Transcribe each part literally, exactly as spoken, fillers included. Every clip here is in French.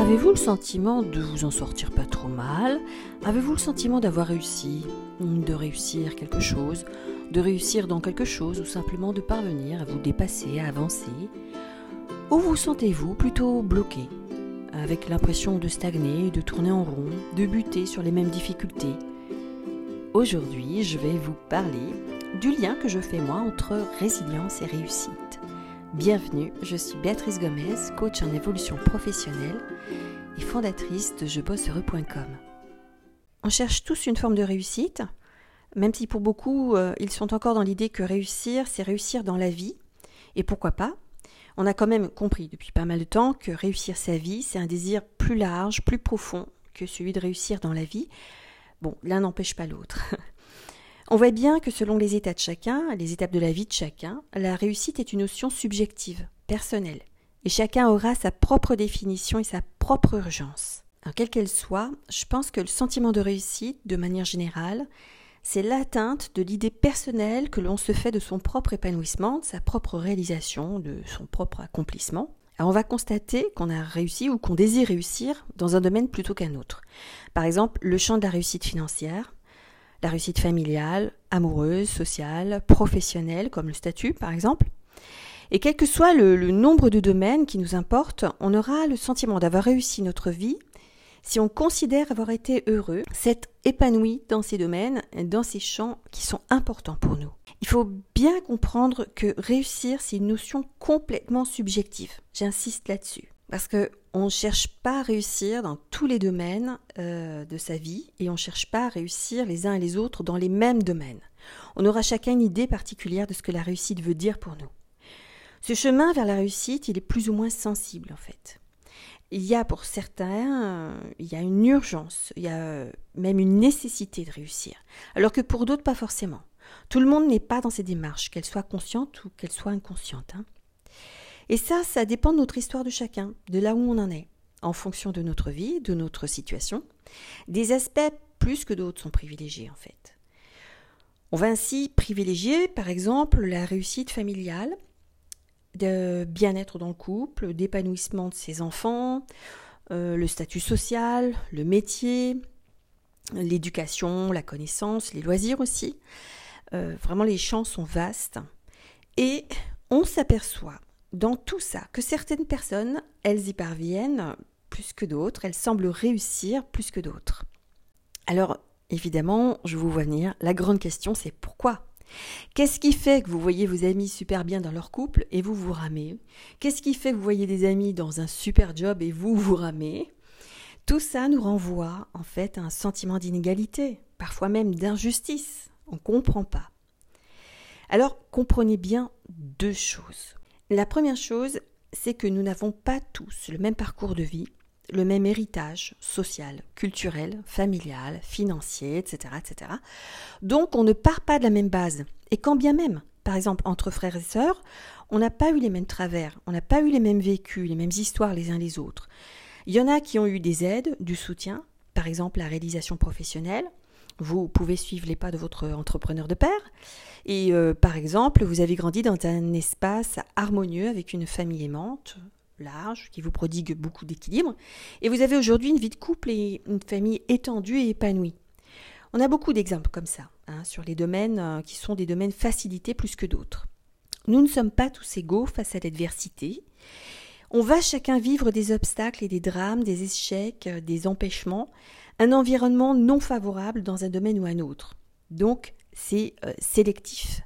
Avez-vous le sentiment de vous en sortir pas trop mal ? Avez-vous le sentiment d'avoir réussi ? De réussir quelque chose ? De réussir dans quelque chose ou simplement de parvenir à vous dépasser, à avancer ? Ou vous sentez-vous plutôt bloqué, avec l'impression de stagner, de tourner en rond, de buter sur les mêmes difficultés ? Aujourd'hui, je vais vous parler du lien que je fais moi entre résilience et réussite. Bienvenue, je suis Béatrice Gomez, coach en évolution professionnelle et fondatrice de je bosse heureux point com. On cherche tous une forme de réussite, même si pour beaucoup, euh, ils sont encore dans l'idée que réussir, c'est réussir dans la vie. Et pourquoi pas ? On a quand même compris depuis pas mal de temps que réussir sa vie, c'est un désir plus large, plus profond que celui de réussir dans la vie. Bon, l'un n'empêche pas l'autre. On voit bien que selon les états de chacun, les étapes de la vie de chacun, la réussite est une notion subjective, personnelle. Et chacun aura sa propre définition et sa propre urgence. Alors, quelle qu'elle soit, je pense que le sentiment de réussite, de manière générale, c'est l'atteinte de l'idée personnelle que l'on se fait de son propre épanouissement, de sa propre réalisation, de son propre accomplissement. Alors, on va constater qu'on a réussi ou qu'on désire réussir dans un domaine plutôt qu'un autre. Par exemple, le champ de la réussite financière, la réussite familiale, amoureuse, sociale, professionnelle, comme le statut par exemple. Et quel que soit le, le nombre de domaines qui nous importent, on aura le sentiment d'avoir réussi notre vie si on considère avoir été heureux, s'être épanoui dans ces domaines, dans ces champs qui sont importants pour nous. Il faut bien comprendre que réussir, c'est une notion complètement subjective. J'insiste là-dessus. Parce qu'on ne cherche pas à réussir dans tous les domaines euh, de sa vie et on ne cherche pas à réussir les uns et les autres dans les mêmes domaines. On aura chacun une idée particulière de ce que la réussite veut dire pour nous. Ce chemin vers la réussite, il est plus ou moins sensible en fait. Il y a pour certains, euh, il y a une urgence, il y a euh, même une nécessité de réussir, alors que pour d'autres, pas forcément. Tout le monde n'est pas dans ces démarches, qu'elles soient conscientes ou qu'elles soient inconscientes. Hein. Et ça, ça dépend de notre histoire de chacun, de là où on en est, en fonction de notre vie, de notre situation. Des aspects plus que d'autres sont privilégiés en fait. On va ainsi privilégier par exemple la réussite familiale, de bien-être dans le couple, d'épanouissement de ses enfants, euh, le statut social, le métier, l'éducation, la connaissance, les loisirs aussi. Euh, vraiment les champs sont vastes. Et on s'aperçoit dans tout ça, que certaines personnes, elles y parviennent plus que d'autres, elles semblent réussir plus que d'autres. Alors, évidemment, je vous vois venir, la grande question c'est pourquoi ? Qu'est-ce qui fait que vous voyez vos amis super bien dans leur couple et vous vous ramez ? Qu'est-ce qui fait que vous voyez des amis dans un super job et vous vous ramez ? Tout ça nous renvoie en fait à un sentiment d'inégalité, parfois même d'injustice. On ne comprend pas. Alors, comprenez bien deux choses. La première chose, c'est que nous n'avons pas tous le même parcours de vie, le même héritage social, culturel, familial, financier, et cetera, et cetera. Donc, on ne part pas de la même base. Et quand bien même, par exemple, entre frères et sœurs, on n'a pas eu les mêmes travers, on n'a pas eu les mêmes vécus, les mêmes histoires les uns les autres. Il y en a qui ont eu des aides, du soutien, par exemple la réalisation professionnelle. Vous pouvez suivre les pas de votre entrepreneur de père. Et euh, par exemple, vous avez grandi dans un espace harmonieux avec une famille aimante, large, qui vous prodigue beaucoup d'équilibre. Et vous avez aujourd'hui une vie de couple et une famille étendue et épanouie. On a beaucoup d'exemples comme ça, hein, sur les domaines euh, qui sont des domaines facilités plus que d'autres. Nous ne sommes pas tous égaux face à l'adversité. On va chacun vivre des obstacles et des drames, des échecs, euh, des empêchements, un environnement non favorable dans un domaine ou un autre. Donc, c'est euh, sélectif.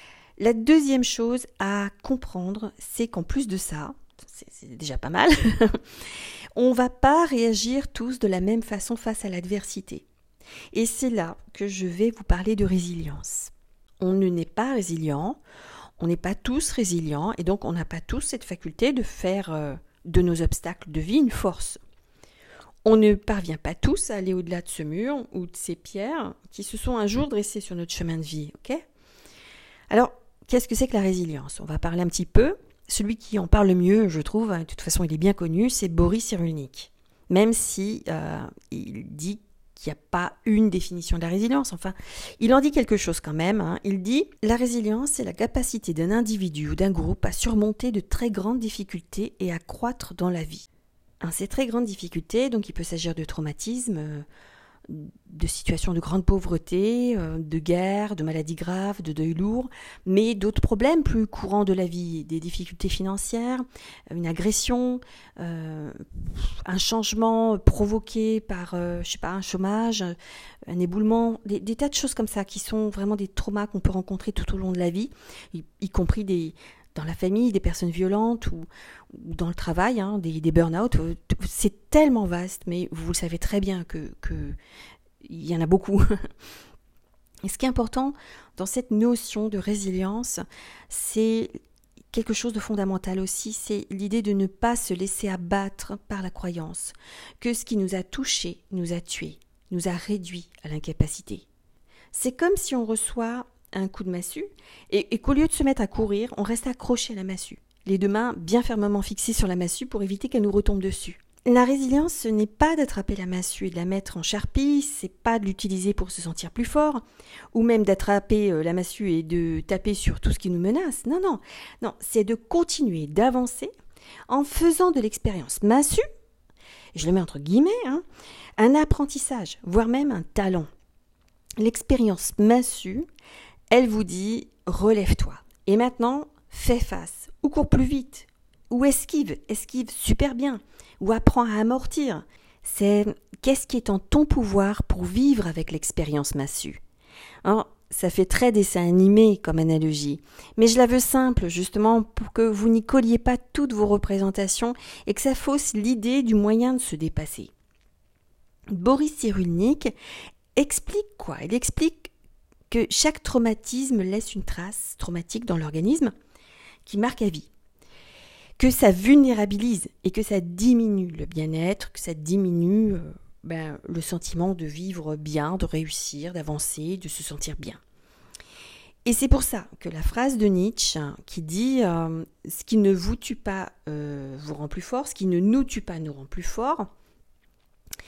La deuxième chose à comprendre, c'est qu'en plus de ça, c'est, c'est déjà pas mal, on ne va pas réagir tous de la même façon face à l'adversité. Et c'est là que je vais vous parler de résilience. On ne n'est pas résilient, on n'est pas tous résilients, et donc on n'a pas tous cette faculté de faire euh, de nos obstacles de vie une force. On ne parvient pas tous à aller au-delà de ce mur ou de ces pierres qui se sont un jour dressées sur notre chemin de vie. Okay ? Alors, qu'est-ce que c'est que la résilience ? On va parler un petit peu. Celui qui en parle le mieux, je trouve, de toute façon il est bien connu, c'est Boris Cyrulnik. Même si euh, il dit qu'il n'y a pas une définition de la résilience. Enfin, il en dit quelque chose quand même. Hein. Il dit « La résilience, c'est la capacité d'un individu ou d'un groupe à surmonter de très grandes difficultés et à croître dans la vie. » Hein, ces très grandes difficultés, donc il peut s'agir de traumatismes, euh, de situations de grande pauvreté, euh, de guerre, de maladies graves, de deuil lourd, mais d'autres problèmes plus courants de la vie, des difficultés financières, une agression, euh, un changement provoqué par, euh, je sais pas, un chômage, un éboulement, des, des tas de choses comme ça qui sont vraiment des traumas qu'on peut rencontrer tout au long de la vie, y, y compris des dans la famille, des personnes violentes ou, ou dans le travail, hein, des, des burn-out. C'est tellement vaste, mais vous le savez très bien que, que il y en a beaucoup. Et ce qui est important dans cette notion de résilience, c'est quelque chose de fondamental aussi, c'est l'idée de ne pas se laisser abattre par la croyance que ce qui nous a touchés, nous a tués, nous a réduits à l'incapacité. C'est comme si on reçoit un coup de massue et, et qu'au lieu de se mettre à courir, on reste accroché à la massue, les deux mains bien fermement fixées sur la massue pour éviter qu'elle nous retombe dessus. La résilience, ce n'est pas d'attraper la massue et de la mettre en charpie, c'est pas de l'utiliser pour se sentir plus fort, ou même d'attraper la massue et de taper sur tout ce qui nous menace. Non, non, non, c'est de continuer d'avancer en faisant de l'expérience massue, et je le mets entre guillemets, hein, un apprentissage, voire même un talent. L'expérience massue, elle vous dit « relève-toi ». Et maintenant, fais face, ou cours plus vite, ou esquive, esquive super bien, ou apprends à amortir. C'est qu'est-ce qui est en ton pouvoir pour vivre avec l'expérience massue. Alors, ça fait très dessin animé comme analogie, mais je la veux simple justement pour que vous n'y colliez pas toutes vos représentations et que ça fausse l'idée du moyen de se dépasser. Boris Cyrulnik explique quoi ? Il explique que chaque traumatisme laisse une trace traumatique dans l'organisme qui marque à vie, que ça vulnérabilise et que ça diminue le bien-être, que ça diminue euh, ben, le sentiment de vivre bien, de réussir, d'avancer, de se sentir bien. Et c'est pour ça que la phrase de Nietzsche qui dit euh, « ce qui ne vous tue pas euh, vous rend plus fort, ce qui ne nous tue pas nous rend plus fort euh, »,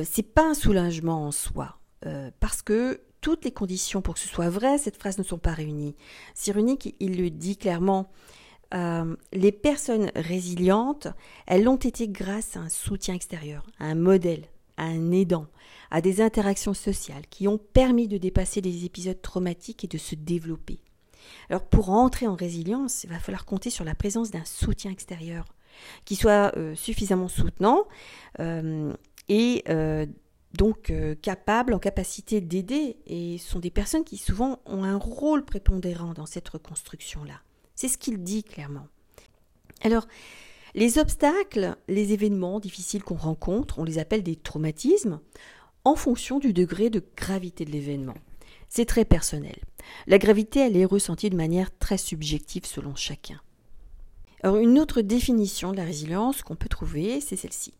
c'est pas un soulagement en soi, euh, parce que toutes les conditions pour que ce soit vrai, cette phrase ne sont pas réunies. Cyrulnik, il le dit clairement, euh, les personnes résilientes, elles l'ont été grâce à un soutien extérieur, à un modèle, à un aidant, à des interactions sociales qui ont permis de dépasser des épisodes traumatiques et de se développer. Alors pour entrer en résilience, il va falloir compter sur la présence d'un soutien extérieur qui soit euh, suffisamment soutenant euh, et euh, donc euh, capables, en capacité d'aider, et ce sont des personnes qui souvent ont un rôle prépondérant dans cette reconstruction-là. C'est ce qu'il dit clairement. Alors, les obstacles, les événements difficiles qu'on rencontre, on les appelle des traumatismes, en fonction du degré de gravité de l'événement. C'est très personnel. La gravité, elle est ressentie de manière très subjective selon chacun. Alors, une autre définition de la résilience qu'on peut trouver, c'est celle-ci.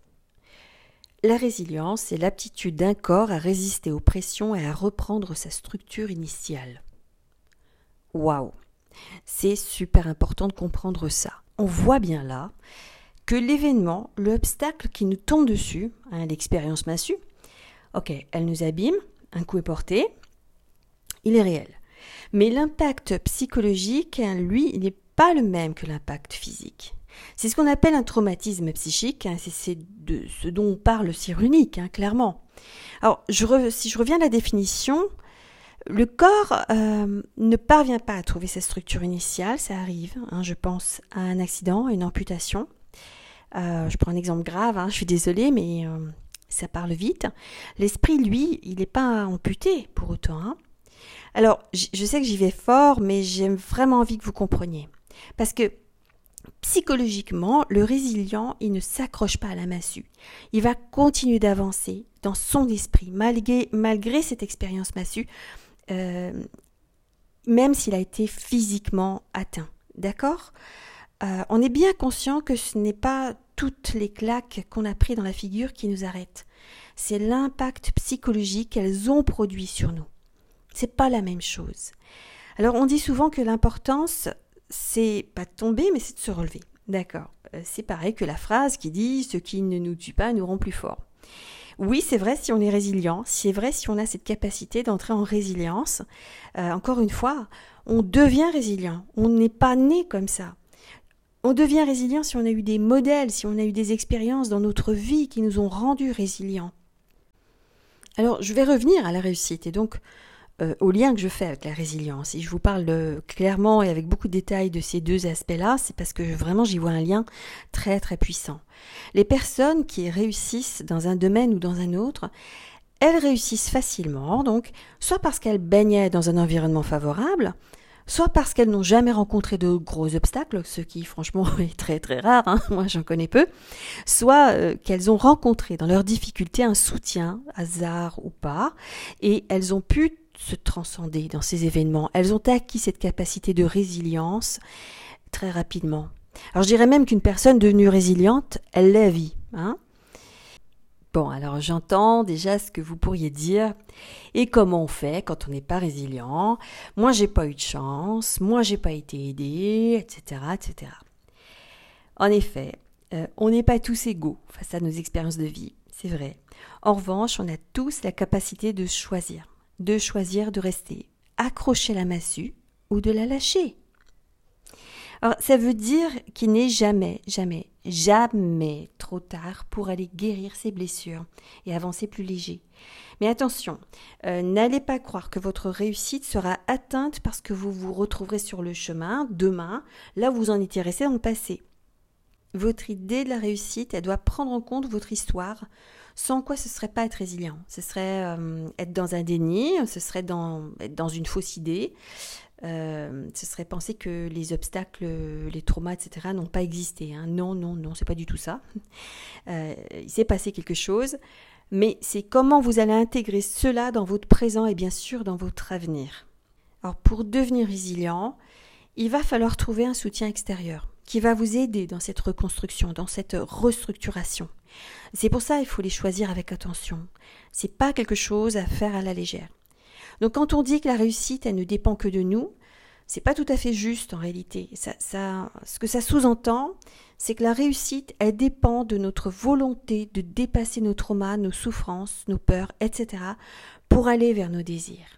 La résilience, c'est l'aptitude d'un corps à résister aux pressions et à reprendre sa structure initiale. Waouh! C'est super important de comprendre ça. On voit bien là que l'événement, l'obstacle qui nous tombe dessus, hein, l'expérience massue, ok, elle nous abîme, un coup est porté, il est réel. Mais l'impact psychologique, lui, il n'est pas le même que l'impact physique. C'est ce qu'on appelle un traumatisme psychique, hein, c'est, c'est de ce dont parle Cyrulnik, hein, clairement. Alors, je re, si je reviens à la définition, le corps euh, ne parvient pas à trouver sa structure initiale, ça arrive, hein, je pense à un accident, à une amputation. Euh, je prends un exemple grave, hein, je suis désolée, mais euh, ça parle vite. L'esprit, lui, il n'est pas amputé pour autant. Hein. Alors, j- je sais que j'y vais fort, mais j'ai vraiment envie que vous compreniez. Parce que psychologiquement, le résilient, il ne s'accroche pas à la massue. Il va continuer d'avancer dans son esprit, malgré, malgré cette expérience massue, euh, même s'il a été physiquement atteint. D'accord ? euh, On est bien conscient que ce n'est pas toutes les claques qu'on a prises dans la figure qui nous arrêtent. C'est l'impact psychologique qu'elles ont produit sur nous. C'est pas la même chose. Alors, on dit souvent que l'importance, c'est pas de tomber, mais c'est de se relever. D'accord. C'est pareil que la phrase qui dit « ce qui ne nous tue pas nous rend plus forts ». Oui, c'est vrai si on est résilient, c'est vrai si on a cette capacité d'entrer en résilience. Euh, encore une fois, on devient résilient, on n'est pas né comme ça. On devient résilient si on a eu des modèles, si on a eu des expériences dans notre vie qui nous ont rendus résilients. Alors, je vais revenir à la réussite et donc euh, au lien que je fais avec la résilience. Si je vous parle euh, clairement et avec beaucoup de détails de ces deux aspects-là, c'est parce que vraiment j'y vois un lien très très puissant. Les personnes qui réussissent dans un domaine ou dans un autre, elles réussissent facilement, donc soit parce qu'elles baignaient dans un environnement favorable, soit parce qu'elles n'ont jamais rencontré de gros obstacles, ce qui franchement est très très rare, hein, moi j'en connais peu, soit euh, qu'elles ont rencontré dans leurs difficultés un soutien, hasard ou pas, et elles ont pu se transcender dans ces événements. Elles ont acquis cette capacité de résilience très rapidement. Alors je dirais même qu'une personne devenue résiliente, elle la vit, hein. Bon, alors j'entends déjà ce que vous pourriez dire. Et comment on fait quand on n'est pas résilient ? Moi, j'ai pas eu de chance. Moi, j'ai pas été aidé, et cetera, et cetera. En effet, euh, on n'est pas tous égaux face à nos expériences de vie, c'est vrai. En revanche, on a tous la capacité de choisir, de choisir de rester accroché à la massue ou de la lâcher. Alors, ça veut dire qu'il n'est jamais, jamais, jamais trop tard pour aller guérir ses blessures et avancer plus léger. Mais attention, euh, n'allez pas croire que votre réussite sera atteinte parce que vous vous retrouverez sur le chemin demain, là où vous en étiez resté dans le passé. Votre idée de la réussite, elle doit prendre en compte votre histoire, sans quoi ce ne serait pas être résilient. Ce serait euh, être dans un déni, ce serait dans, être dans une fausse idée. Euh, ce serait penser que les obstacles, les traumas, et cetera n'ont pas existé. Hein. Non, non, non, c'est pas du tout ça. Euh, il s'est passé quelque chose, mais c'est comment vous allez intégrer cela dans votre présent et bien sûr dans votre avenir. Alors pour devenir résilient, il va falloir trouver un soutien extérieur qui va vous aider dans cette reconstruction, dans cette restructuration. C'est pour ça qu'il faut les choisir avec attention. C'est pas quelque chose à faire à la légère. Donc quand on dit que la réussite, elle ne dépend que de nous, c'est pas tout à fait juste en réalité. Ça, ça, ce que ça sous-entend, c'est que la réussite, elle dépend de notre volonté de dépasser nos traumas, nos souffrances, nos peurs, et cetera pour aller vers nos désirs.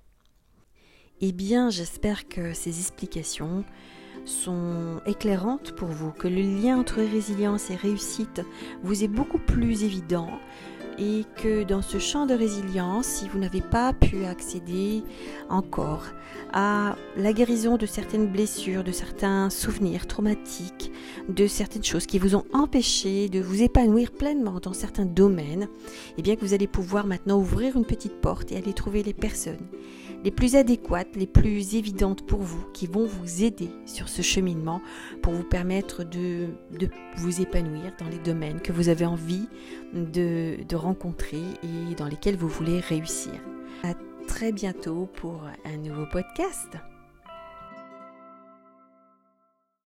Eh bien, j'espère que ces explications sont éclairantes pour vous, que le lien entre résilience et réussite vous est beaucoup plus évident, et que dans ce champ de résilience, si vous n'avez pas pu accéder encore à la guérison de certaines blessures, de certains souvenirs traumatiques, de certaines choses qui vous ont empêché de vous épanouir pleinement dans certains domaines, et bien que vous allez pouvoir maintenant ouvrir une petite porte et aller trouver les personnes les plus adéquates, les plus évidentes pour vous, qui vont vous aider sur ce cheminement pour vous permettre de, de vous épanouir dans les domaines que vous avez envie de, de rencontrer et dans lesquels vous voulez réussir. À très bientôt pour un nouveau podcast.